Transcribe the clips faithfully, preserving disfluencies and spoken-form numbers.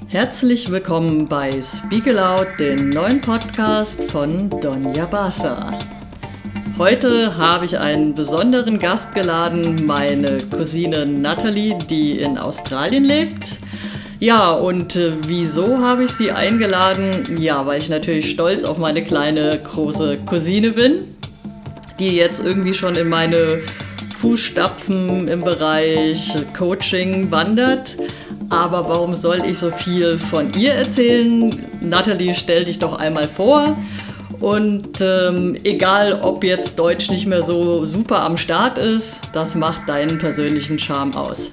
Herzlich willkommen bei Speak Aloud, den neuen Podcast von Donja Basa. Heute habe ich einen besonderen Gast geladen, meine Cousine Natalie, die in Australien lebt. Ja, und äh, wieso habe ich sie eingeladen? Ja, weil ich natürlich stolz auf meine kleine, große Cousine bin, die jetzt irgendwie schon in meine Fußstapfen im Bereich Coaching wandert. Aber warum soll ich so viel von ihr erzählen? Natalie, stell dich doch einmal vor. Und ähm, egal, ob jetzt Deutsch nicht mehr so super am Start ist, das macht deinen persönlichen Charme aus.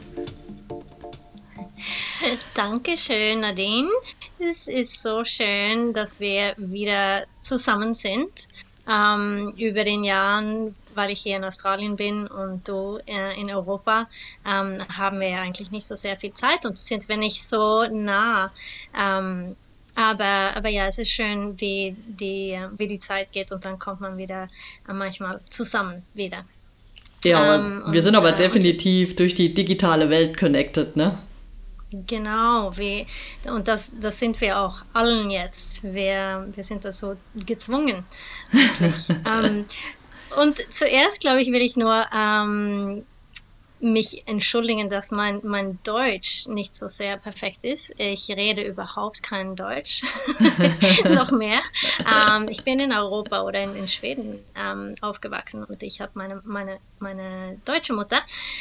Dankeschön, Nadine. Es ist so schön, dass wir wieder zusammen sind. Ähm, über den Jahren, weil ich hier in Australien bin und du äh, in Europa, ähm, haben wir ja eigentlich nicht so sehr viel Zeit und sind wir nicht so nah. Ähm, aber, aber ja, es ist schön, wie die, wie die Zeit geht und dann kommt man wieder äh, manchmal zusammen wieder. Ja, Ähm, aber wir und, sind aber äh, definitiv durch die digitale Welt connected, ne? Genau, wie, und das, das sind wir auch allen jetzt. Wir, wir sind dazu gezwungen, eigentlich. ähm, und zuerst, glaube ich, will ich nur ähm, mich entschuldigen, dass mein, mein Deutsch nicht so sehr perfekt ist. Ich rede überhaupt kein Deutsch, noch mehr. Ähm, ich bin in Europa oder in, in Schweden ähm, aufgewachsen und ich habe meine, meine, meine deutsche Mutter.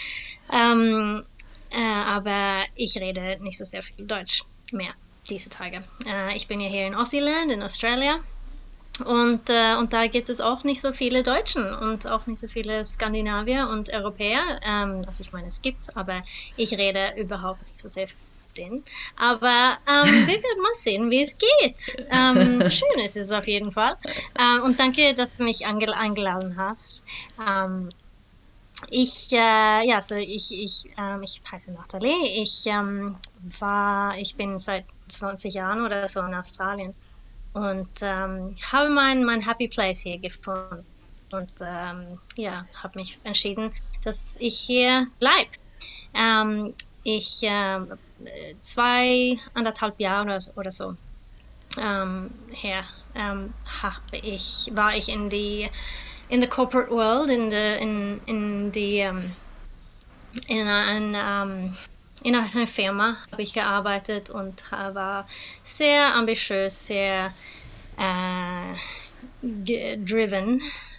Ähm, äh, aber ich rede nicht so sehr viel Deutsch mehr diese Tage. Äh, ich bin ja hier in Aussieland, in Australien. Und, äh, und da gibt es auch nicht so viele Deutschen und auch nicht so viele Skandinavier und Europäer. Ähm, also ich meine, es gibt's, aber ich rede überhaupt nicht so sehr viel mit denen. Aber ähm, wir werden mal sehen, wie es geht. Ähm, schön ist es auf jeden Fall. Ähm, und danke, dass du mich ange eingeladen hast. Ähm, ich, äh, ja, so ich, ich, ähm, ich heiße Nathalie. Ich ähm, war, ich bin seit zwanzig Jahren oder so in Australien und ähm, habe mein, mein Happy Place hier gefunden und ähm, ja, habe mich entschieden, dass ich hier bleibe. Ähm, ich ähm, zwei, anderthalb Jahre oder, oder so ähm, her ähm, habe ich, war ich in die in the corporate world, in the in in die um, in ein um, in einer Firma habe ich gearbeitet und war sehr ambitiös, sehr äh, driven.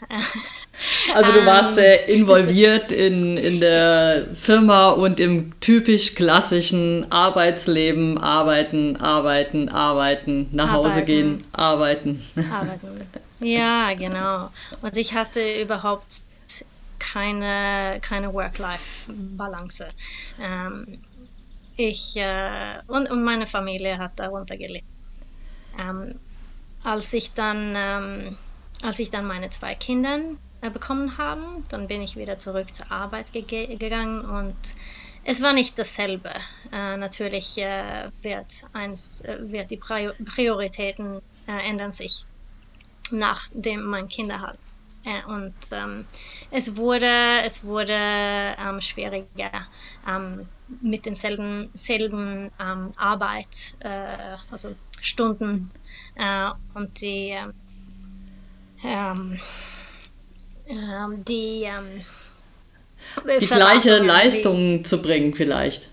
Also du warst ähm, sehr involviert in, in der Firma und im typisch klassischen Arbeitsleben, arbeiten, arbeiten, arbeiten, nach Hause arbeiten, gehen, arbeiten. arbeiten. Ja, genau. Und ich hatte überhaupt keine, keine Work-Life-Balance. Ähm, ich äh, und, und meine Familie hat darunter gelitten. Ähm, als ich dann, ähm, als ich dann meine zwei Kinder äh, bekommen habe, dann bin ich wieder zurück zur Arbeit ge gegangen und es war nicht dasselbe. Äh, natürlich äh, wird eins, äh, wird die Prioritäten äh, ändern sich, nachdem man Kinder hat. Äh, und ähm, es wurde, es wurde ähm, schwieriger ähm, mit denselben selben, ähm, Arbeit, äh, also Stunden äh, und die, ähm, ähm, die ähm, Die gleiche Verwartungen, die, Leistung zu bringen vielleicht.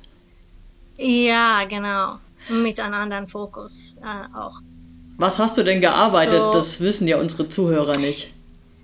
ja, genau, mit einem anderen Fokus äh, auch. Was hast du denn gearbeitet? So, Das wissen ja unsere Zuhörer nicht.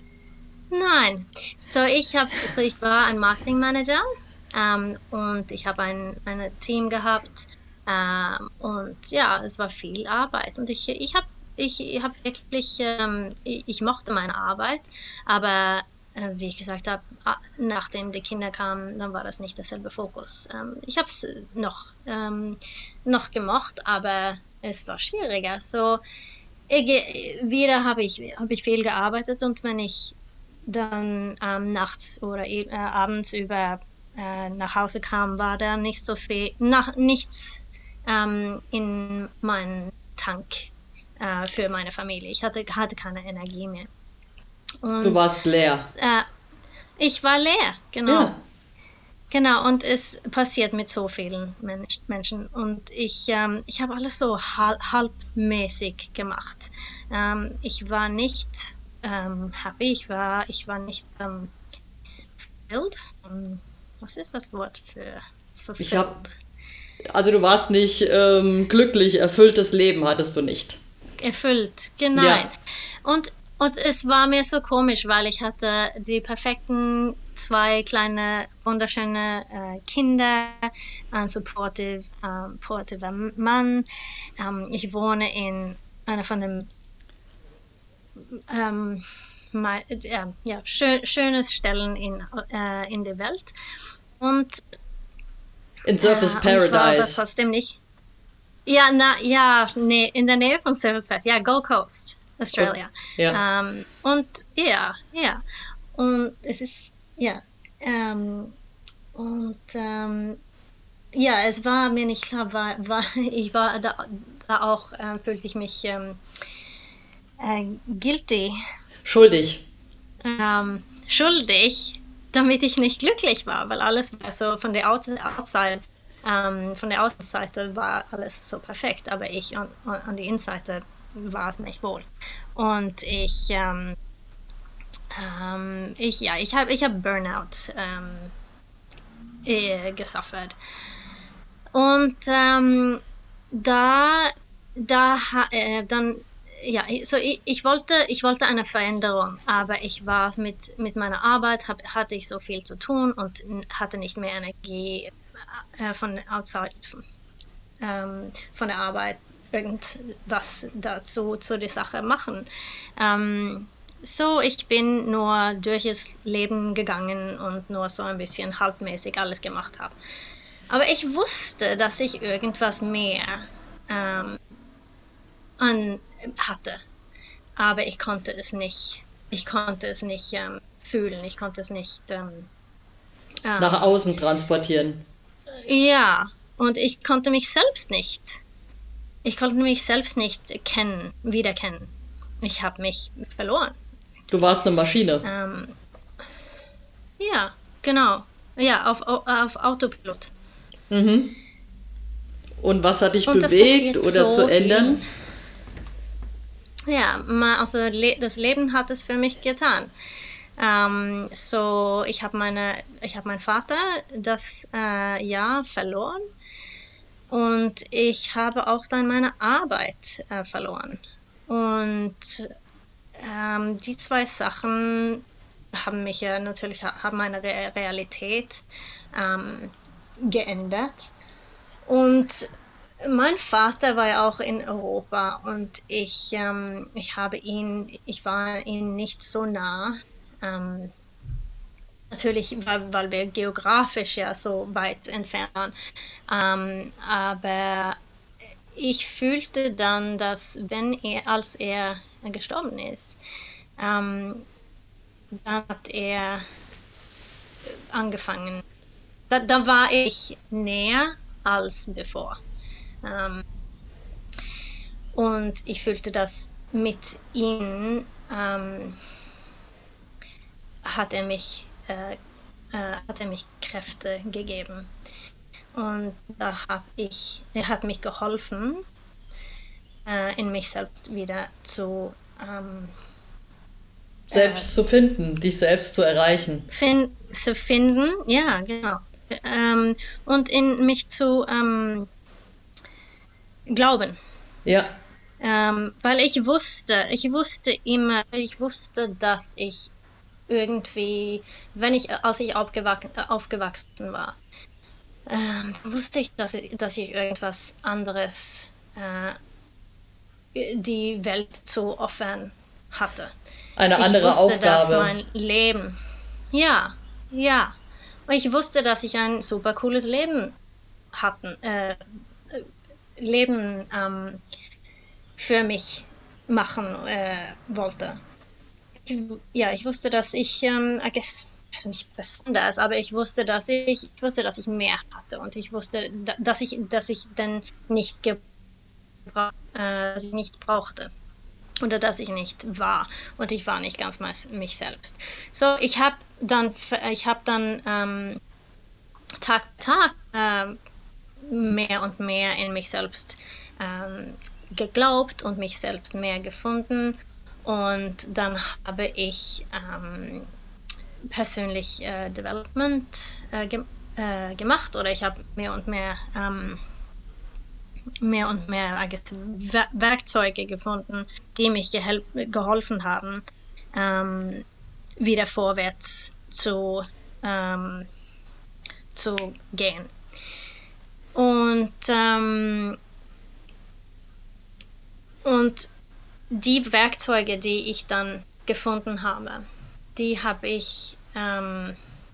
nein. So ich habe, so ich war ein Marketingmanager ähm, und ich habe ein, ein Team gehabt ähm, und ja, es war viel Arbeit und ich, ich habe, ich, ich habe wirklich, ähm, ich, ich mochte meine Arbeit, aber äh, wie ich gesagt habe, nachdem die Kinder kamen, dann war das nicht derselbe Fokus. Ähm, ich habe es noch, ähm, noch gemocht, aber es war schwieriger. So ich, wieder habe ich, habe ich viel gearbeitet und wenn ich dann ähm, nachts oder äh, abends über äh, nach Hause kam, war da nicht so viel, nach, nichts ähm, in meinem Tank äh, für meine Familie. Ich hatte, hatte keine Energie mehr. Du Und warst leer. äh, ich war leer, genau. Ja. Genau, und es passiert mit so vielen Mensch, Menschen. Und ich, ähm, ich habe alles so hal halbmäßig gemacht. Ähm, ich war nicht ähm, happy, ich war, ich war nicht ähm, filled. Ähm, Was ist das Wort für Ich habe, fulfilled? also du warst nicht ähm, glücklich, erfülltes Leben hattest du nicht. Erfüllt, genau. Ja, Und, und es war mir so komisch, weil ich hatte die perfekten zwei kleine, wunderschöne äh, Kinder, ein supportive, ähm, supportiver Mann. Ähm, ich wohne in einer von den ähm, mei- äh, ja, schön, schönes Stellen in, äh, in der Welt. Und, in Surface äh, und ich war aber Paradise. trotzdem nicht. Ja, na, ja, nee, in der Nähe von Surfers Pass, ja, Gold Coast, Und, Australia. ja. Ähm, und ja, ja. Und es ist, ja, ähm, und ähm, ja, es war mir nicht klar, war, war ich war da, da auch, ähm, fühlte ich mich ähm, äh, guilty, Schuldig. ähm, schuldig, damit ich nicht glücklich war, weil alles war so von der Out- Outside, ähm, von der Außenseite war alles so perfekt, aber ich an, an die Innenseite war es nicht wohl. Und ich, ähm, ähm, ich, ja, ich habe, ich habe Burnout ähm, eh, gesuffert. Und ähm, da, da, ha- äh, dann, ja, so ich, ich wollte, ich wollte eine Veränderung, aber ich war mit, mit meiner Arbeit, hab, hatte ich so viel zu tun und n- hatte nicht mehr Energie äh, von outside, ähm, von der Arbeit irgendwas dazu zu der Sache machen. Ähm, so, ich bin nur durch das Leben gegangen und nur so ein bisschen halbmäßig alles gemacht habe. Aber ich wusste, dass ich irgendwas mehr ähm, an hatte, aber ich konnte es nicht. Ich konnte es nicht ähm, fühlen. Ich konnte es nicht. Ähm, Nach ähm, außen transportieren. ja, und ich konnte mich selbst nicht. Ich konnte mich selbst nicht kennen, wiederkennen. Ich habe mich verloren. Du warst eine Maschine. Ähm, ja, genau. Ja, auf, auf Autopilot. Und was hat dich Und das bewegt passiert oder zu so ändern? vielen. Ja, also das Leben hat es für mich getan. Ähm, so, ich habe meine, ich habe meinen Vater das äh, Jahr verloren und ich habe auch dann meine Arbeit äh, verloren. Und ähm, die zwei Sachen haben mich ja natürlich, haben meine Re Realität ähm, geändert. Und mein Vater war ja auch in Europa und ich, ähm, ich habe ihn, ich war ihm nicht so nah. Ähm, Natürlich, weil, weil wir geografisch ja so weit entfernt waren. Ähm, aber ich fühlte dann, dass wenn er, als er gestorben ist, ähm, dann hat er angefangen. Da, da war ich näher als bevor. Ähm, und ich fühlte, dass mit ihm ähm, hat er mich, äh, äh, hat er mich Kräfte gegeben. Und da habe ich, er hat mich geholfen, äh, in mich selbst wieder zu, ähm, äh, Selbst zu finden, dich selbst zu erreichen. fin zu finden. Ja, genau. Ähm, und in mich zu ähm, glauben. Ja, Ähm, weil ich wusste, ich wusste immer, ich wusste, dass ich irgendwie, wenn ich, als ich aufgewachsen, aufgewachsen war, ähm, wusste ich, dass ich, dass ich irgendwas anderes, äh, die Welt zu offern hatte. eine Ich andere wusste, dass Aufgabe. mein Leben, ja, ja, und ich wusste, dass ich ein super cooles Leben hatten, äh, Leben ähm, für mich machen äh, wollte. Ich, ja, ich wusste, dass ich, ähm, I guess, also nicht besonders, aber ich wusste, dass ich, ich wusste, dass ich mehr hatte und ich wusste, dass ich, dass ich dann nicht gebra äh, dass ich nicht brauchte oder dass ich nicht war und ich war nicht ganz mich selbst. So, ich habe dann, ich habe dann ähm, Tag Tag äh, mehr und mehr in mich selbst ähm, geglaubt und mich selbst mehr gefunden. Und dann habe ich ähm, persönlich äh, Development äh, ge äh, gemacht, oder ich habe mehr und mehr ähm, mehr und mehr Wer Werkzeuge gefunden, die mich geholfen haben, ähm, wieder vorwärts zu, ähm, zu gehen. Und, ähm, und die Werkzeuge, die ich dann gefunden habe, die habe ich, ähm,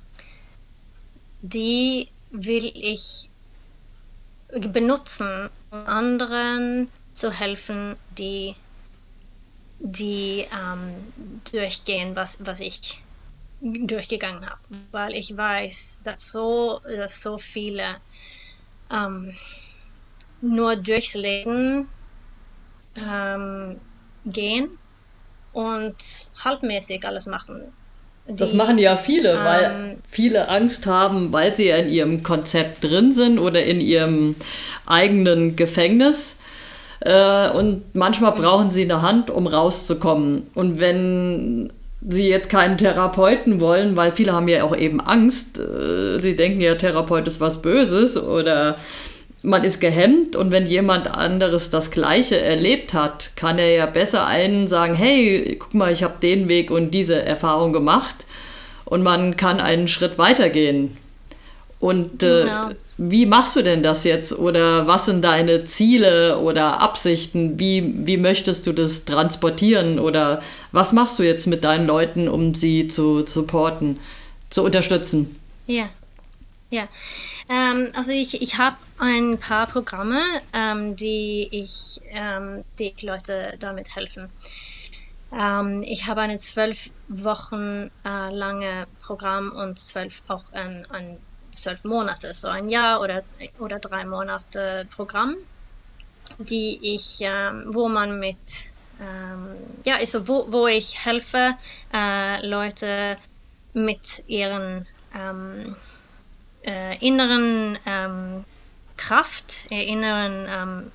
die will ich benutzen, um anderen zu helfen, die, die ähm, durchgehen, was, was ich durchgegangen habe. Weil ich weiß, dass so, dass so viele ähm, nur durchs Leben ähm, gehen und halbmäßig alles machen. Die, das machen ja viele, ähm, weil viele Angst haben, weil sie ja in ihrem Konzept drin sind oder in ihrem eigenen Gefängnis. Äh, und manchmal brauchen sie eine Hand, um rauszukommen. Und wenn sie jetzt keinen Therapeuten wollen, weil viele haben ja auch eben Angst, äh, sie denken ja, Therapeut ist was Böses oder man ist gehemmt, und wenn jemand anderes das Gleiche erlebt hat, kann er ja besser einen sagen, hey, guck mal, ich habe den Weg und diese Erfahrung gemacht, und man kann einen Schritt weitergehen. Und äh, genau. Wie machst du denn das jetzt, oder was sind deine Ziele oder Absichten? Wie, wie möchtest du das transportieren, oder was machst du jetzt mit deinen Leuten, um sie zu supporten, zu unterstützen? Ja, ja. Ähm, also ich, ich habe ein paar Programme, ähm, die ich ähm, die Leute damit helfen. Ähm, ich habe ein zwölf Wochen äh, lange Programm und zwölf auch ein, ein zwölf Monate, so ein Jahr oder oder drei Monate Programm, die ich, ähm, wo man mit ähm, ja, also wo wo ich helfe äh, Leute mit ihren ähm, Äh, inneren ähm, Kraft, äh, inneren ähm,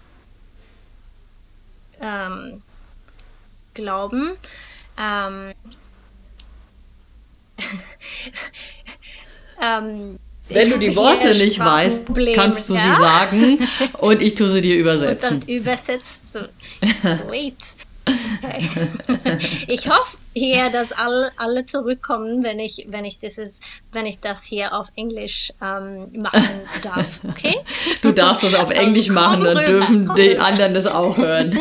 ähm, Glauben. Ähm, ähm, Wenn du die Worte nicht weißt, kannst du ja? sie sagen und ich tue sie dir übersetzen. Und dann übersetzt so. Sweet. Okay. Ich hoffe hier, dass alle, alle zurückkommen, wenn ich, wenn ich das ist, wenn ich das hier auf Englisch ähm, machen darf, okay? Du darfst das auf Englisch also, machen, dann rüber, dürfen die rüber. anderen das auch hören.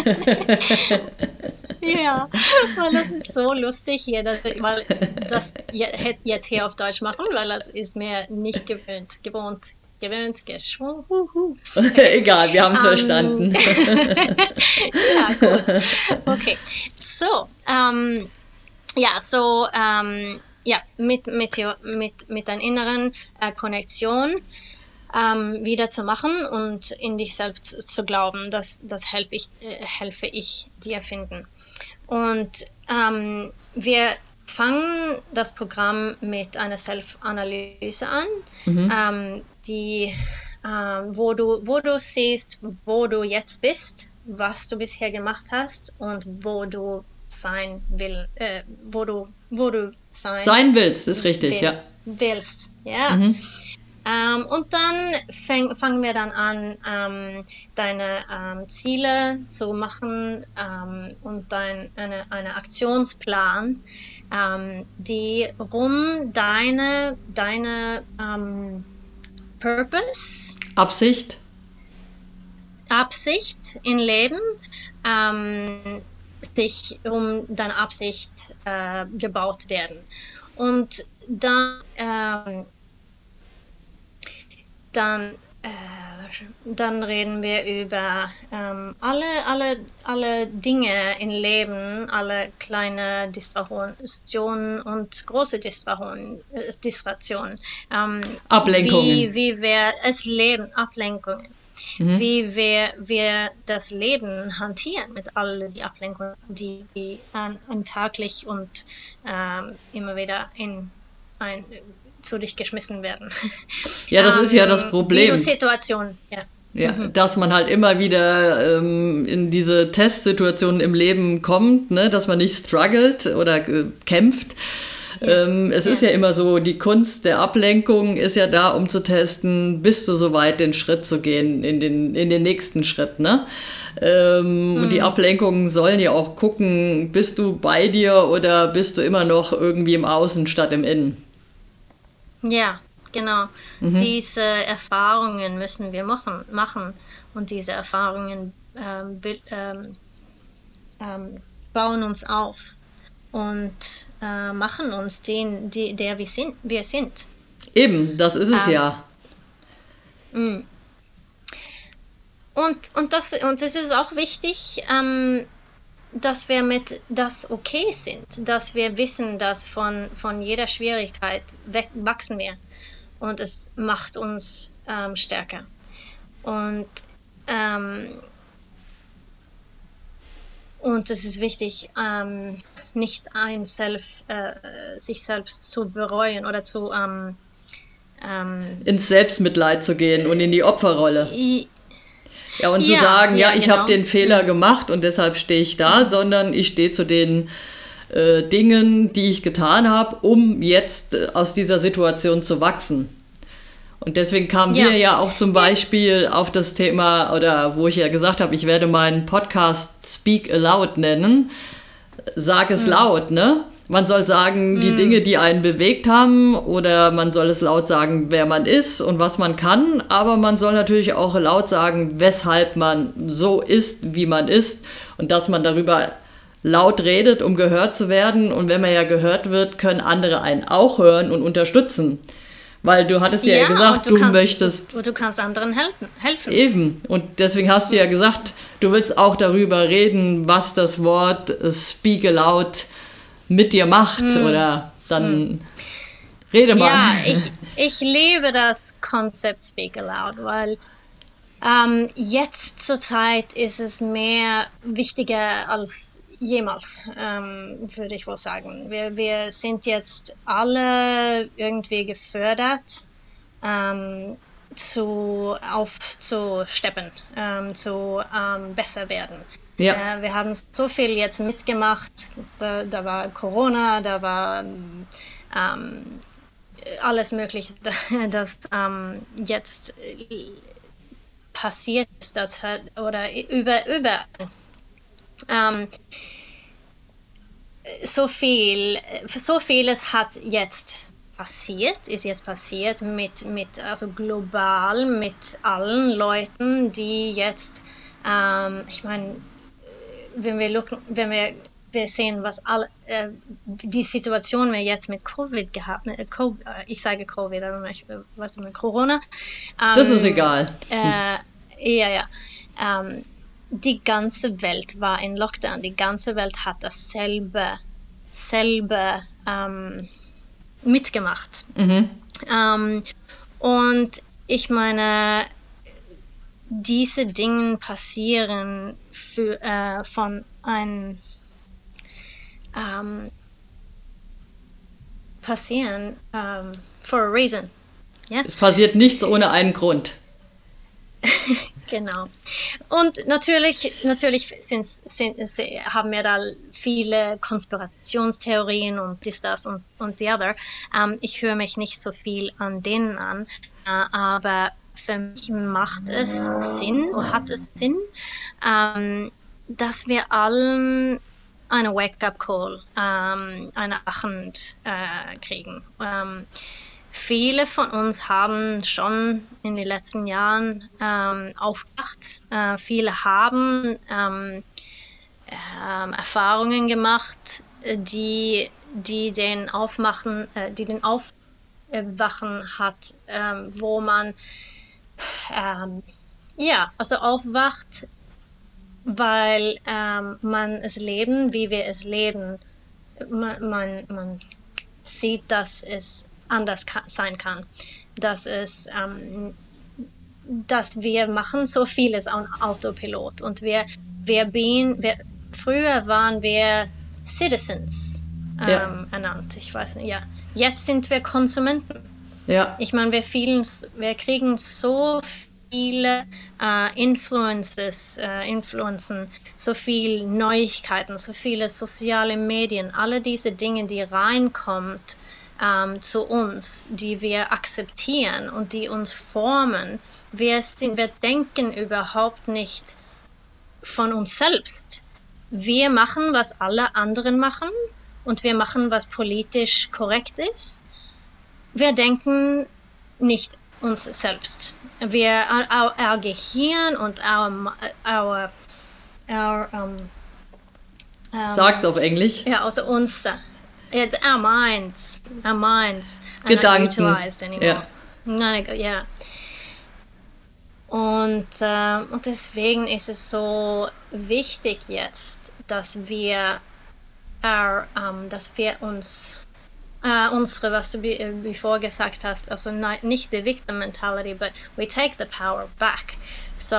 Ja, weil das ist so lustig hier, dass, weil das jetzt hier auf Deutsch machen, weil das ist mir nicht gewöhnt, gewohnt. Gewöhnt, geschwungen. Okay. Egal, wir haben es um, verstanden. Ja, gut. Okay, so, ähm, ja, so, ähm, ja, mit, mit, mit, mit deiner inneren äh, Konnektion ähm, wieder zu machen und in dich selbst zu glauben, das, das helfe ich, äh, helfe ich dir finden. Und ähm, wir fangen das Programm mit einer Selbstanalyse an, mhm. ähm, die, äh, wo du, wo du siehst, wo du jetzt bist, was du bisher gemacht hast und wo du sein will, äh, wo du, wo du sein, sein willst, ist richtig, will, ja. Willst, ja. Mhm. Ähm, und dann fang, fangen wir dann an, ähm, deine ähm, Ziele zu machen ähm, und dein, eine, eine Aktionsplan, ähm, die rum deine, deine ähm, Purpose, Absicht, Absicht im Leben, ähm, sich um deine Absicht äh, gebaut werden. Und dann, ähm, dann, äh, dann reden wir über ähm, alle, alle, alle Dinge im Leben, alle kleine Distraktionen und große Distraktionen, äh, Distraktionen. Ähm, Ablenkungen. Wie, wie wir es leben, Ablenkungen. Mhm. Wie wir, wir das Leben hantieren mit all die Ablenkungen, die, die an, an taglich und ähm, immer wieder in ein zu dich geschmissen werden. Ja, das ähm, ist ja das Problem. Situation, ja. Ja, mhm. Dass man halt immer wieder ähm, in diese Testsituationen im Leben kommt, ne? Dass man nicht struggelt oder äh, kämpft. Ja. Ähm, es ja. ist ja immer so, die Kunst der Ablenkung ist ja da, um zu testen, bist du soweit, den Schritt zu gehen, in den, in den nächsten Schritt, ne? Ähm, mhm. Und die Ablenkungen sollen ja auch gucken, bist du bei dir oder bist du immer noch irgendwie im Außen statt im Innen? Ja, genau. Mhm. Diese Erfahrungen müssen wir machen, machen. Und diese Erfahrungen ähm, ähm, ähm, bauen uns auf und äh, machen uns den, die, der wir sind, wir sind. Eben, das ist es ähm, ja. Mh. Und, und, das, und es ist auch wichtig, ähm, dass wir mit das okay sind, dass wir wissen, dass von, von jeder Schwierigkeit weg, wachsen wir und es macht uns ähm, stärker. Und, ähm, und es ist wichtig, ähm, nicht ein Self, äh, sich selbst zu bereuen oder zu ähm, ähm, ins Selbstmitleid zu gehen und in die Opferrolle. I- Ja, und ja, zu sagen, ja, ja ich genau. habe den Fehler gemacht und deshalb stehe ich da, mhm. sondern ich stehe zu den äh, Dingen, die ich getan habe, um jetzt äh, aus dieser Situation zu wachsen. Und deswegen kamen ja. wir ja auch zum Beispiel ja. auf das Thema, oder wo ich ja gesagt habe, ich werde meinen Podcast Speak Aloud nennen. Sag es mhm. laut, ne? Man soll sagen, die mm. Dinge, die einen bewegt haben, oder man soll es laut sagen, wer man ist und was man kann, aber man soll natürlich auch laut sagen, weshalb man so ist, wie man ist, und dass man darüber laut redet, um gehört zu werden, und wenn man ja gehört wird, können andere einen auch hören und unterstützen. Weil du hattest ja, ja gesagt, du, du kannst, möchtest... Du, du kannst anderen helfen, helfen. Eben. Und deswegen hast du ja gesagt, du willst auch darüber reden, was das Wort Speak Aloud mit dir macht, hm. oder dann hm. rede mal. Ja, ich, ich liebe das Konzept Speak Aloud, weil ähm, jetzt zur Zeit ist es mehr wichtiger als jemals, ähm, würde ich wohl sagen. Wir, wir sind jetzt alle irgendwie gefördert, ähm, zu aufzusteppen, ähm, zu ähm, besser werden. Ja. Äh, wir haben so viel jetzt mitgemacht. Da, da war Corona, da war ähm, alles Mögliche, das ähm, jetzt passiert ist, das hat, oder über, über ähm, so viel, so vieles hat jetzt passiert, ist jetzt passiert mit, mit also global mit allen Leuten, die jetzt, ähm, ich meine, wenn wir look, wenn wir, wir sehen, was alle, äh, die Situation wir jetzt mit Covid gehabt, mit COVID, ich sage Covid, aber ich, was mit Corona. Ähm, das ist egal. Äh, ja, ja. Ähm, die ganze Welt war in Lockdown. Die ganze Welt hat dasselbe, selbe ähm, mitgemacht. Mhm. Ähm, und ich meine, diese Dinge passieren für, äh, von einem ähm, passieren ähm, for a reason. Yeah? Es passiert nichts ohne einen Grund. Genau. Und natürlich, natürlich sind, sind, haben wir da viele Konspirationstheorien und dies, das und, und the other. Ähm, ich höre mich nicht so viel an denen an, äh, aber für mich macht es Sinn, oder hat es Sinn, ähm, dass wir allen eine Wake-up-Call, ähm, eine Achend äh, kriegen. Ähm, viele von uns haben schon in den letzten Jahren ähm, aufgewacht. Äh, viele haben ähm, äh, Erfahrungen gemacht, die, die den Aufmachen, äh, die den Aufwachen hat, äh, wo man Ähm, ja, also aufwacht, weil ähm, man es leben, wie wir es leben, man, man, man sieht, dass es anders ka- sein kann, dass es, ähm, dass wir machen so vieles an Autopilot und wir, wir, being, wir früher waren wir Citizens ähm, ja. ernannt, ich weiß nicht, ja, jetzt sind wir Konsumenten. Ja. Ich meine, wir, vielen, wir kriegen so viele äh, Influences, äh, Influenzen, so viele Neuigkeiten, so viele soziale Medien, alle diese Dinge, die reinkommen ähm, zu uns, die wir akzeptieren und die uns formen. Wir, sind, wir denken überhaupt nicht von uns selbst. Wir machen, was alle anderen machen und wir machen, was politisch korrekt ist. Wir denken nicht uns selbst. Wir, our, our Gehirn und our, our, our um, um, Sag's auf Englisch. Ja, also unser, our minds, our minds are Gedanken. not utilized anymore. Ja. Not, yeah. Und, äh, und deswegen ist es so wichtig jetzt, dass wir, our, um, dass wir uns Uh, unsere, was du be- bevor gesagt hast, also nicht the victim mentality, but we take the power back. So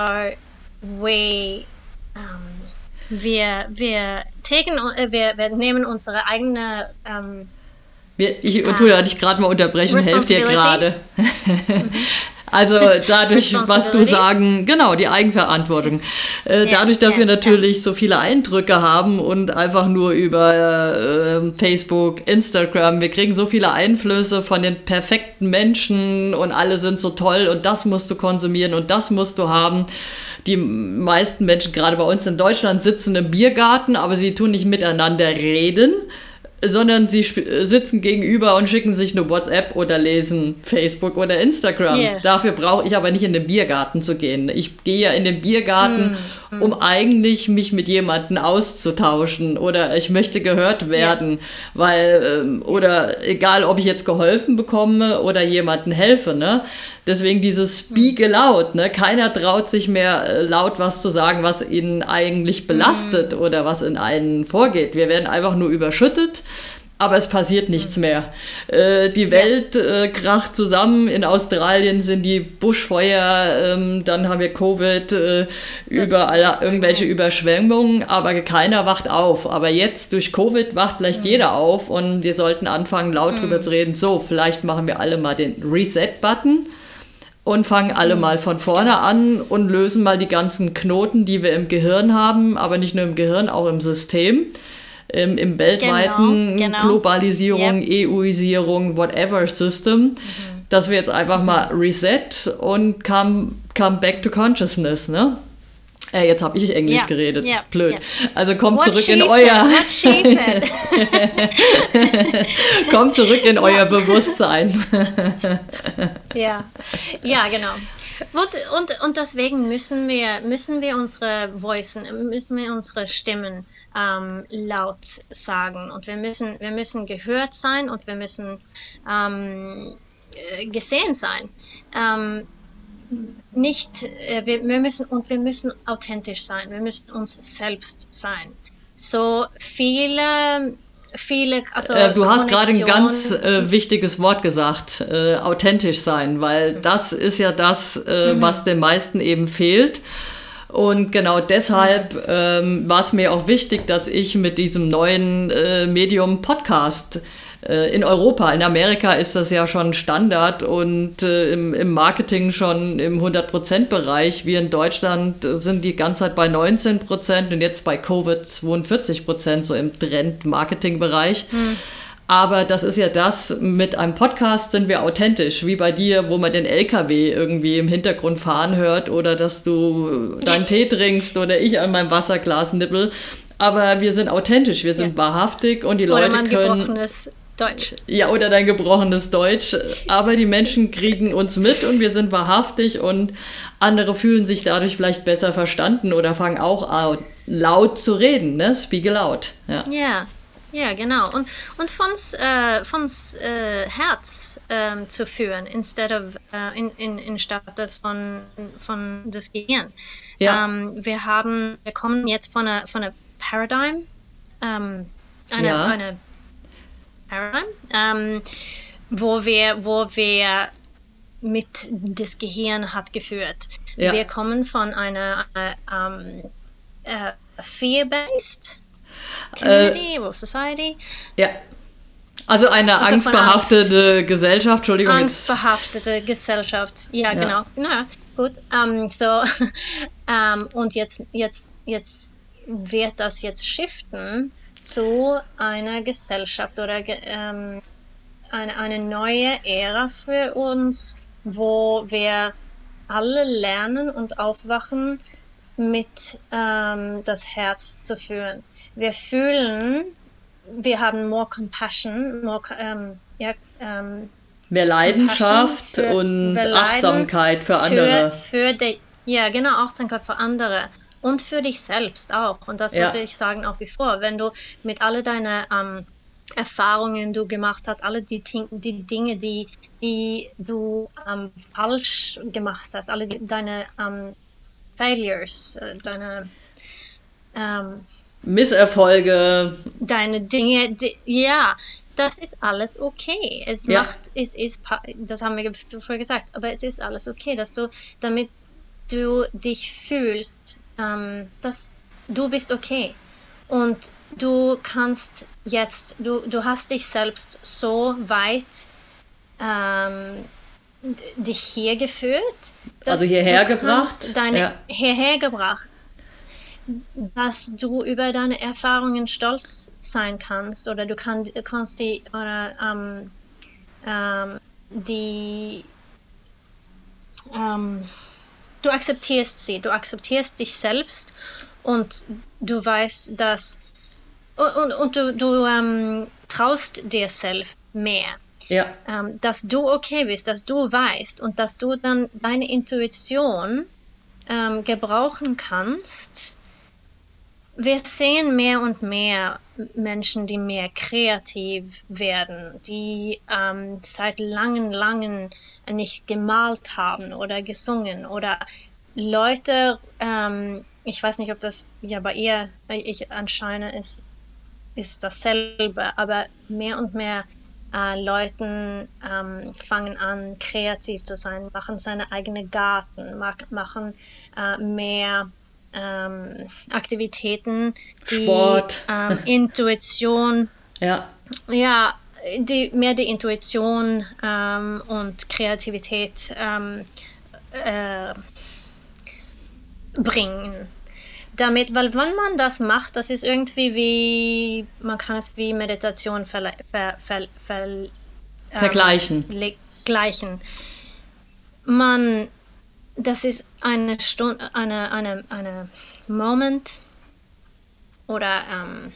we, um, wir, wir, taken, wir, wir nehmen unsere eigene um, wir, ich uh, tue dich gerade mal unterbrechen, helft dir gerade. Mhm. Also dadurch, was du sagen, genau, die Eigenverantwortung. Äh, yeah, dadurch, dass yeah, wir natürlich yeah. so viele Eindrücke haben und einfach nur über äh, Facebook, Instagram, wir kriegen so viele Einflüsse von den perfekten Menschen und alle sind so toll und das musst du konsumieren und das musst du haben. Die meisten Menschen, gerade bei uns in Deutschland, sitzen im Biergarten, aber sie tun nicht miteinander reden, sondern sie sp- sitzen gegenüber und schicken sich nur WhatsApp oder lesen Facebook oder Instagram. Yeah. Dafür brauche ich aber nicht in den Biergarten zu gehen. Ich gehe ja in den Biergarten, mm, um mm. eigentlich mich mit jemandem auszutauschen oder ich möchte gehört werden, yeah. weil, ähm, oder egal, ob ich jetzt geholfen bekomme oder jemandem helfe, ne? Deswegen dieses Speak aloud, ne? Keiner traut sich mehr laut was zu sagen, was ihn eigentlich belastet mhm. oder was in einen vorgeht. Wir werden einfach nur überschüttet, aber es passiert nichts mehr. Äh, die Welt äh, kracht zusammen. In Australien sind die Buschfeuer, ähm, dann haben wir Covid, äh, überall irgendwelche Überschwemmungen, aber keiner wacht auf. Aber jetzt durch Covid wacht vielleicht mhm. jeder auf und wir sollten anfangen, laut mhm. drüber zu reden. So, vielleicht machen wir alle mal den Reset-Button. Und fangen alle mal von vorne an und lösen mal die ganzen Knoten, die wir im Gehirn haben, aber nicht nur im Gehirn, auch im System, im, im weltweiten genau, genau. Globalisierung, yep. EUisierung, whatever System, mhm. dass wir jetzt einfach mal reset und come, come back to consciousness, ne? Äh, jetzt habe ich Englisch yeah, geredet. Yeah, Blöd. Yeah. Also kommt zurück in euer kommt zurück in euer Bewusstsein. ja. ja, genau. Und, und, und deswegen müssen wir, müssen wir unsere Voicen, müssen wir unsere Stimmen ähm, laut sagen. Und wir müssen, wir müssen gehört sein und wir müssen ähm, gesehen sein. Ähm, Nicht, äh, wir, wir müssen und wir müssen authentisch sein, wir müssen uns selbst sein. So viele, viele, also äh, Du hast gerade ein ganz äh, wichtiges Wort gesagt, äh, authentisch sein, weil das ist ja das, äh, mhm. was den meisten eben fehlt. Und genau deshalb ähm, war es mir auch wichtig, dass ich mit diesem neuen äh, Medium Podcast in Europa, in Amerika ist das ja schon Standard und äh, im, im Marketing schon im hundert Prozent Bereich. Wir in Deutschland sind die ganze Zeit bei neunzehn Prozent und jetzt bei Covid zweiundvierzig Prozent, so im Trend-Marketing-Bereich. Hm. Aber das ist ja das, mit einem Podcast sind wir authentisch, wie bei dir, wo man den L K W irgendwie im Hintergrund fahren hört oder dass du deinen Tee trinkst oder ich an meinem Wasserglas nippel. Aber wir sind authentisch, wir sind ja. wahrhaftig und die Leute oder man können... gebrochenes Deutsch. Ja, oder dein gebrochenes Deutsch. Aber die Menschen kriegen uns mit und wir sind wahrhaftig und andere fühlen sich dadurch vielleicht besser verstanden oder fangen auch an, laut zu reden, ne? Speak aloud. Ja, ja, ja genau. Und, und von's, äh, von's äh, Herz ähm, zu führen, instead of, äh, in, in, in statt von, von das Gehirn. Ja. Ähm, wir haben, wir kommen jetzt von einer, von einer Paradigm, ähm, eine, ja. eine Paradigm, ähm, wo wir, wo wir mit das Gehirn hat geführt. Ja. Wir kommen von einer äh, ähm, äh, fear-based community äh, or society. Ja. Also eine also angstbehaftete Angst, Gesellschaft, Entschuldigung. Angstbehaftete Gesellschaft, ja, ja. genau. Na, gut, ähm, so, ähm, und jetzt, jetzt, jetzt wird das jetzt shiften zu einer Gesellschaft oder ähm, eine, eine neue Ära für uns, wo wir alle lernen und aufwachen, mit ähm, das Herz zu fühlen. Wir fühlen, wir haben more compassion, more, ähm, ja, ähm, mehr Leidenschaft für, und Achtsamkeit für, für andere. Für die, ja, genau, Achtsamkeit für andere. Und für dich selbst auch. Und das ja. würde ich sagen auch wie vor. Wenn du mit all deinen ähm, Erfahrungen du gemacht hast, alle die, die Dinge, die, die du ähm, falsch gemacht hast, alle die, deine ähm, Failures, äh, deine ähm, Misserfolge. Deine Dinge, die, ja, das ist alles okay. Es ja. macht, es ist, das haben wir vorher gesagt, aber es ist alles okay, dass du, damit du dich fühlst, ähm, dass du bist okay. Und du kannst jetzt, du, du hast dich selbst so weit ähm, dich hier geführt. Also hierher gebracht. Deine, ja. Hierher gebracht, dass du über deine Erfahrungen stolz sein kannst oder du kann, kannst die oder ähm, ähm, die ähm, du akzeptierst sie, du akzeptierst dich selbst und du weißt, dass und, und, und du, du ähm, traust dir selbst mehr. Ja. Ähm, dass du okay bist, dass du weißt und dass du dann deine Intuition ähm, gebrauchen kannst. Wir sehen mehr und mehr Menschen, die mehr kreativ werden, die ähm, seit langen, langen nicht gemalt haben oder gesungen oder Leute, ähm, ich weiß nicht, ob das ja bei ihr, ich anscheinend ist, ist dasselbe, aber mehr und mehr äh, Leuten ähm, fangen an, kreativ zu sein, machen seine eigenen Garten, machen äh, mehr Ähm, Aktivitäten, die Sport, ähm, Intuition, ja, ja, die mehr die Intuition ähm, und Kreativität ähm, äh, bringen. Damit, weil wenn man das macht, das ist irgendwie wie, man kann es wie Meditation ver, ver, ver, ver, ähm, vergleichen. Le, gleichen. Man Das ist eine Stunde, eine, eine, eine Moment oder ähm,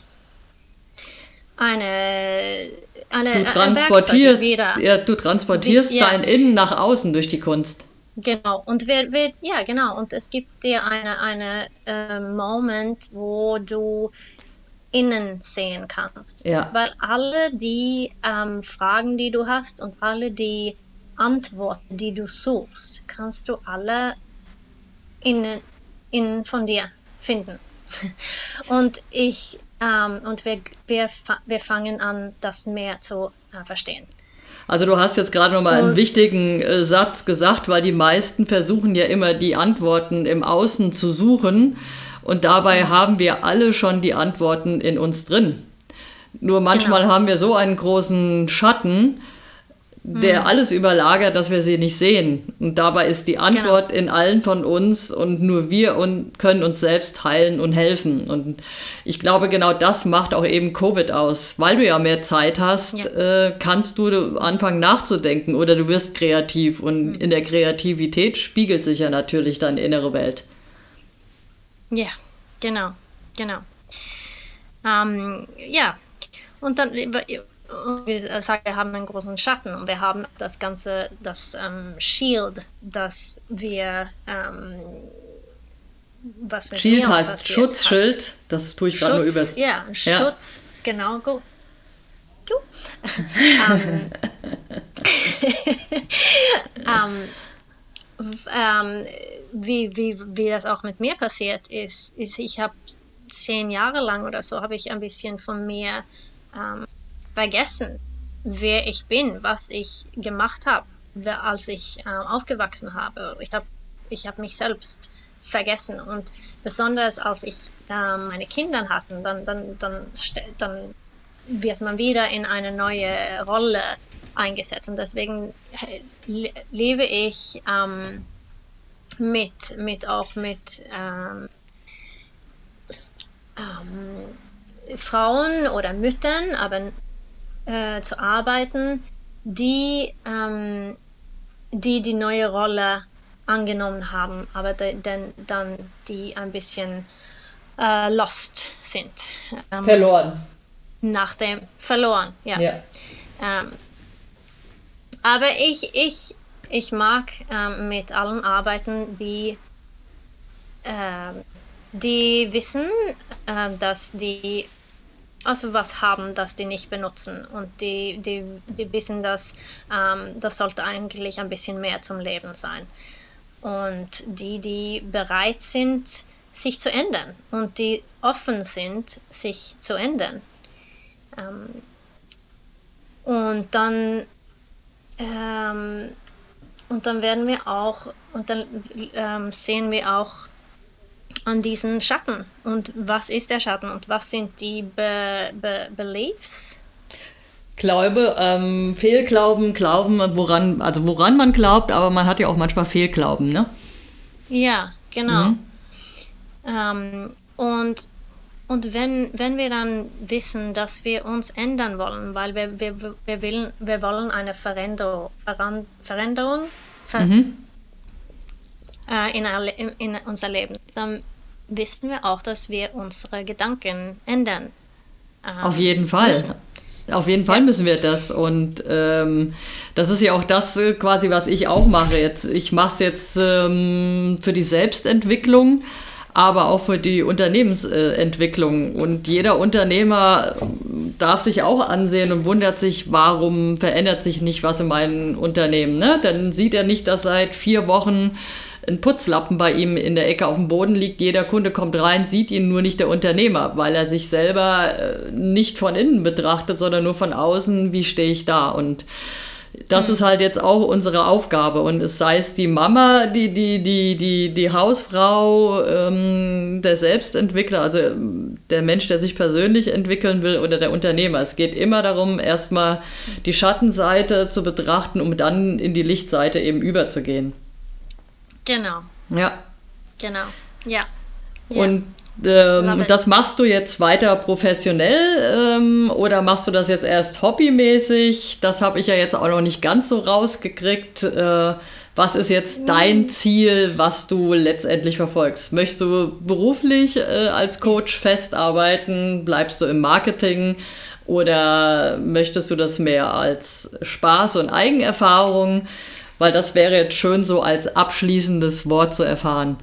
eine, eine du transportierst, ja, du transportierst Wie, ja. dein Innen nach außen durch die Kunst. Genau, und wir, wir, ja, genau, und es gibt dir eine, eine äh, Moment, wo du innen sehen kannst. Ja. Weil alle die ähm, Fragen, die du hast und alle die Antworten, die du suchst, kannst du alle innen, innen von dir finden. Und ich ähm, und wir, wir, wir fangen an, das mehr zu äh, verstehen. Also du hast jetzt gerade nochmal einen wichtigen äh, Satz gesagt, weil die meisten versuchen ja immer die Antworten im Außen zu suchen und dabei mhm. haben wir alle schon die Antworten in uns drin. Nur manchmal genau. haben wir so einen großen Schatten, der hm. alles überlagert, dass wir sie nicht sehen. Und dabei ist die Antwort genau. in allen von uns und nur wir und können uns selbst heilen und helfen. Und ich glaube, genau das macht auch eben Covid aus. Weil du ja mehr Zeit hast, ja. äh, kannst du anfangen nachzudenken oder du wirst kreativ. Und hm. in der Kreativität spiegelt sich ja natürlich deine innere Welt. Ja, genau, genau. Ähm, ja, und dann... Wir sagen, wir haben einen großen Schatten und wir haben das ganze, das ähm, Shield, das wir, ähm, was wir Shield heißt Schutzschild, hat. Das tue ich gerade nur übers... Ja, ja, Schutz, genau, gut. Go. ähm, ähm, ähm, wie, wie, wie das auch mit mir passiert ist, ist ich habe zehn Jahre lang oder so, habe ich ein bisschen von mir ähm, vergessen, wer ich bin, was ich gemacht habe, als ich äh, aufgewachsen habe. Ich habe ich hab mich selbst vergessen und besonders als ich äh, meine Kinder hatte, dann, dann, dann, dann wird man wieder in eine neue Rolle eingesetzt. Und deswegen le lebe ich ähm, mit, mit auch mit ähm, ähm, Frauen oder Müttern, aber äh, zu arbeiten, die, ähm, die die neue Rolle angenommen haben, aber dann, dann die ein bisschen äh, lost sind. Ähm, verloren. Nach dem verloren, ja. Ja. Ähm, aber ich, ich, ich mag ähm, mit allen arbeiten, die, äh, die wissen, äh, dass die also was haben, das die nicht benutzen und die, die, die wissen, dass ähm, das sollte eigentlich ein bisschen mehr zum Leben sein. Und die, die bereit sind, sich zu ändern und die offen sind, sich zu ändern. Ähm, und dann ähm, und dann werden wir auch und dann ähm, sehen wir auch an diesen Schatten. Und was ist der Schatten und was sind die Be Be Beliefs? Glaube, ähm, Fehlglauben, Glauben, woran, also woran man glaubt, aber man hat ja auch manchmal Fehlglauben, ne? Ja, genau. Mhm. Ähm, und und wenn, wenn wir dann wissen, dass wir uns ändern wollen, weil wir, wir, wir, willen, wir wollen eine Veränderung, Veränderung ver Mhm. äh, in, in, in unser Leben, dann wissen wir auch, dass wir unsere Gedanken ändern. Ähm, Auf jeden Fall. müssen. Auf jeden Fall Ja. müssen wir das. Und ähm, das ist ja auch das äh, quasi, was ich auch mache jetzt. Ich mache es jetzt ähm, für die Selbstentwicklung, aber auch für die Unternehmensentwicklung. Und jeder Unternehmer darf sich auch ansehen und wundert sich, warum verändert sich nicht was in meinem Unternehmen. Ne? Dann sieht er nicht, dass seit vier Wochen ein Putzlappen bei ihm in der Ecke auf dem Boden liegt. Jeder Kunde kommt rein, sieht ihn, nur nicht der Unternehmer, weil er sich selber äh, nicht von innen betrachtet, sondern nur von außen, wie stehe ich da. Und das ist halt jetzt auch unsere Aufgabe. Und es sei es die Mama, die, die, die, die, die Hausfrau, ähm, der Selbstentwickler, also der Mensch, der sich persönlich entwickeln will, oder der Unternehmer. Es geht immer darum, erstmal die Schattenseite zu betrachten, um dann in die Lichtseite eben überzugehen. Genau, Ja. genau, ja. ja. Und ähm, Love it. das machst du jetzt weiter professionell ähm, oder machst du das jetzt erst hobbymäßig? Das habe ich ja jetzt auch noch nicht ganz so rausgekriegt. Äh, was ist jetzt dein Ziel, was du letztendlich verfolgst? Möchtest du beruflich äh, als Coach festarbeiten? Bleibst du im Marketing? Oder möchtest du das mehr als Spaß und Eigenerfahrung? Weil das wäre jetzt schön so als abschließendes Wort zu erfahren.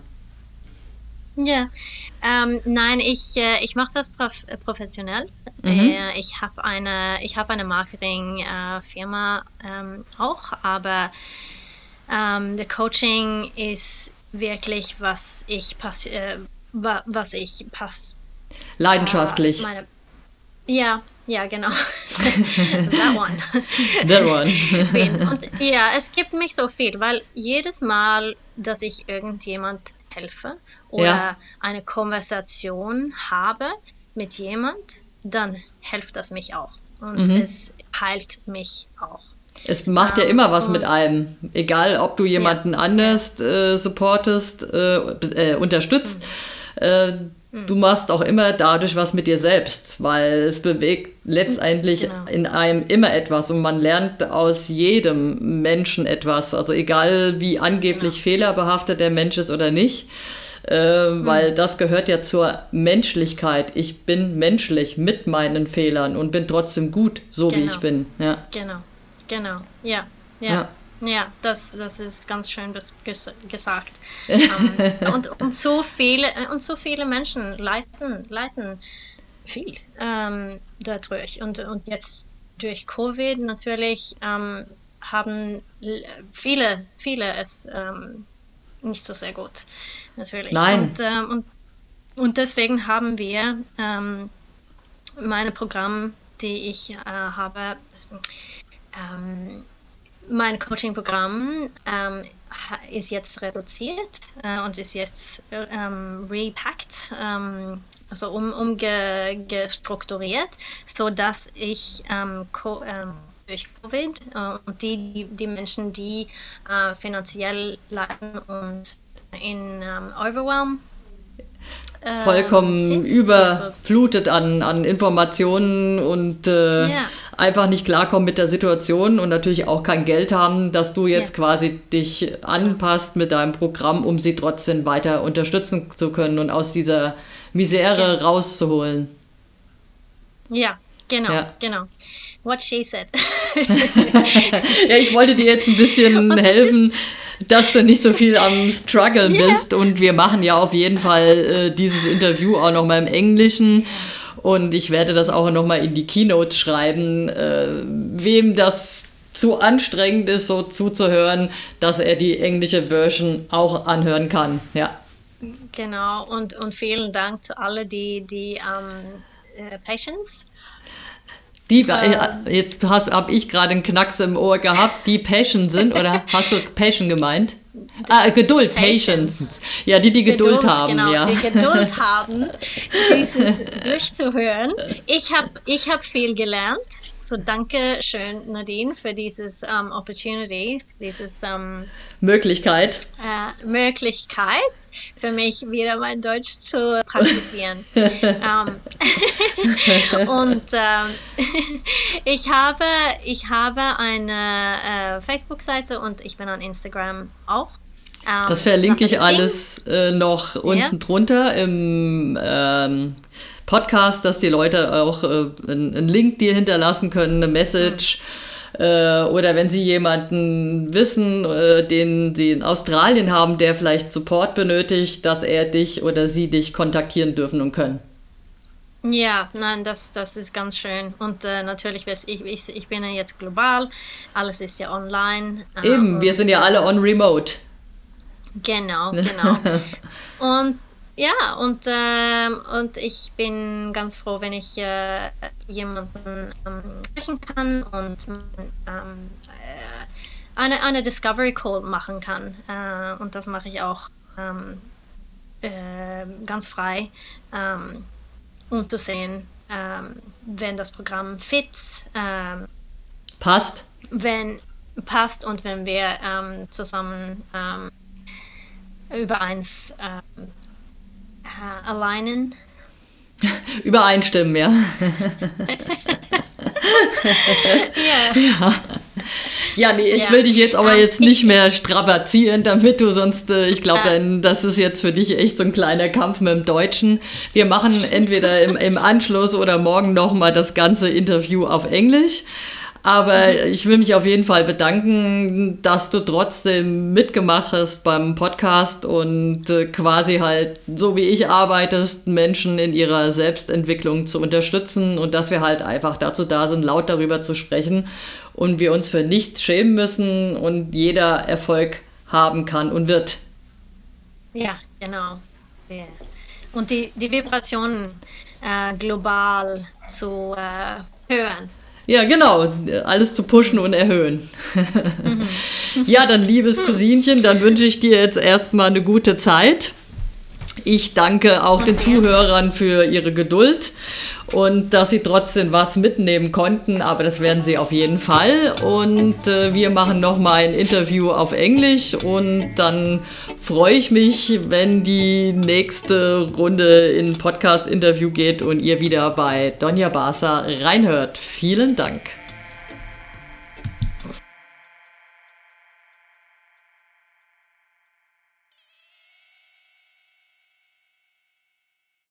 Ja, ähm, nein, ich, äh, ich mache das prof professionell. Mhm. Äh, ich habe eine, ich habe eine Marketing-Firma ähm, auch, aber ähm, der Coaching ist wirklich, was ich pass äh, wa was ich pass Leidenschaftlich. äh, meine, ja, ja, genau. That one. That one. bin. Und ja, es gibt mich so viel, weil jedes Mal, dass ich irgendjemand helfe oder Ja. eine Konversation habe mit jemand, dann hilft das mich auch. Und Mhm. es heilt mich auch. Es macht ja Ähm, immer was und- mit einem. Egal, ob du jemanden anders äh, supportest, äh, äh, unterstützt. Äh, du machst auch immer dadurch was mit dir selbst, weil es bewegt letztendlich Genau. in einem immer etwas und man lernt aus jedem Menschen etwas. Also egal, wie angeblich Genau. fehlerbehaftet der Mensch ist oder nicht. Äh, weil das gehört ja zur Menschlichkeit. Ich bin menschlich mit meinen Fehlern und bin trotzdem gut, so wie Genau. ich bin. Ja. Genau, genau, ja, ja. Ja. Ja, das, das ist ganz schön bes- ges gesagt. Ähm, und, und, so viele, und so viele Menschen leiden, leiden viel ähm, dadurch. Und, und jetzt durch Covid natürlich ähm, haben l- viele, viele es ähm, nicht so sehr gut. Natürlich. Nein. Und, ähm, und, und deswegen haben wir ähm, meine Programme, die ich äh, habe, ähm, mein Coaching-Programm ähm, ha- ist jetzt reduziert äh, und ist jetzt ähm, repackt ähm, also um, umgestrukturiert, sodass ich ähm, co- ähm, durch Covid äh, und die, die, die Menschen, die äh, finanziell leiden und in ähm, Overwhelm ähm, vollkommen sind, überflutet an, an Informationen und äh, Ja. einfach nicht klarkommen mit der Situation und natürlich auch kein Geld haben, dass du jetzt Ja. quasi dich anpasst mit deinem Programm, um sie trotzdem weiter unterstützen zu können und aus dieser Misere Genau. rauszuholen. Ja, genau, Ja. genau. What she said. Ja, ich wollte dir jetzt ein bisschen helfen, dass du nicht so viel am Struggle Ja. bist. Und wir machen ja auf jeden Fall äh, dieses Interview auch nochmal im Englischen. Und ich werde das auch nochmal in die Keynotes schreiben, äh, wem das zu anstrengend ist, so zuzuhören, dass er die englische Version auch anhören kann. Ja. Genau, und, und vielen Dank zu allen, die, die ähm, äh, Patience. Die, äh, jetzt habe ich gerade einen Knacks im Ohr gehabt, die Passion sind, oder hast du Passion gemeint? Ah, Geduld, Patience. Patience. Ja, die, die Geduld, haben, genau, ja. die Geduld haben, dieses durchzuhören. Ich habe ich hab viel gelernt. So, danke schön, Nadine, für dieses um, Opportunity, dieses um, Möglichkeit. äh, Möglichkeit für mich, wieder mein Deutsch zu praktizieren. um, und ähm, ich habe, ich habe eine äh, Facebook-Seite und ich bin an Instagram auch. Ähm, Das verlinke ich nothing. alles äh, noch unten Ja. drunter im ähm, Podcast, dass die Leute auch äh, einen Link dir hinterlassen können, eine Message. Äh, oder wenn sie jemanden wissen, äh, den sie in Australien haben, der vielleicht Support benötigt, dass er dich oder sie dich kontaktieren dürfen und können. Ja, nein, das, das ist ganz schön. Und äh, natürlich, weiß ich, ich, ich bin ja jetzt global, alles ist ja online. äh, Eben, wir und, sind ja alle on remote. Genau, genau. Und ja, und, ähm, und ich bin ganz froh, wenn ich äh, jemanden ähm, sprechen kann und ähm, äh, eine, eine Discovery Call machen kann. Äh, und das mache ich auch ähm, äh, ganz frei, ähm, um zu sehen, ähm, wenn das Programm fit ähm, Passt? wenn passt und wenn wir ähm, zusammen ähm, übereins ähm, äh, alignen. Übereinstimmen, ja. Ja. Ja. Ja, nee, ich Ja. will dich jetzt aber Ähm, jetzt nicht ich- mehr strapazieren, damit du sonst, äh, ich glaube, Ja. dann das ist jetzt für dich echt so ein kleiner Kampf mit dem Deutschen. Wir machen entweder im, im Anschluss oder morgen nochmal das ganze Interview auf Englisch. Aber ich will mich auf jeden Fall bedanken, dass du trotzdem mitgemacht hast beim Podcast und äh, quasi halt, so wie ich arbeitest, Menschen in ihrer Selbstentwicklung zu unterstützen und dass wir halt einfach dazu da sind, laut darüber zu sprechen und wir uns für nichts schämen müssen und jeder Erfolg haben kann und wird. Ja, genau. Ja. Und die, die Vibrationen äh, global zu äh, hören. Ja, genau, alles zu pushen und erhöhen. Ja, dann liebes Cousinchen, dann wünsche ich dir jetzt erstmal eine gute Zeit. Ich danke auch den Zuhörern für ihre Geduld und dass sie trotzdem was mitnehmen konnten, aber das werden sie auf jeden Fall. Und äh, wir machen nochmal ein Interview auf Englisch und dann freue ich mich, wenn die nächste Runde in Podcast-Interview geht und ihr wieder bei Donja Basa reinhört. Vielen Dank.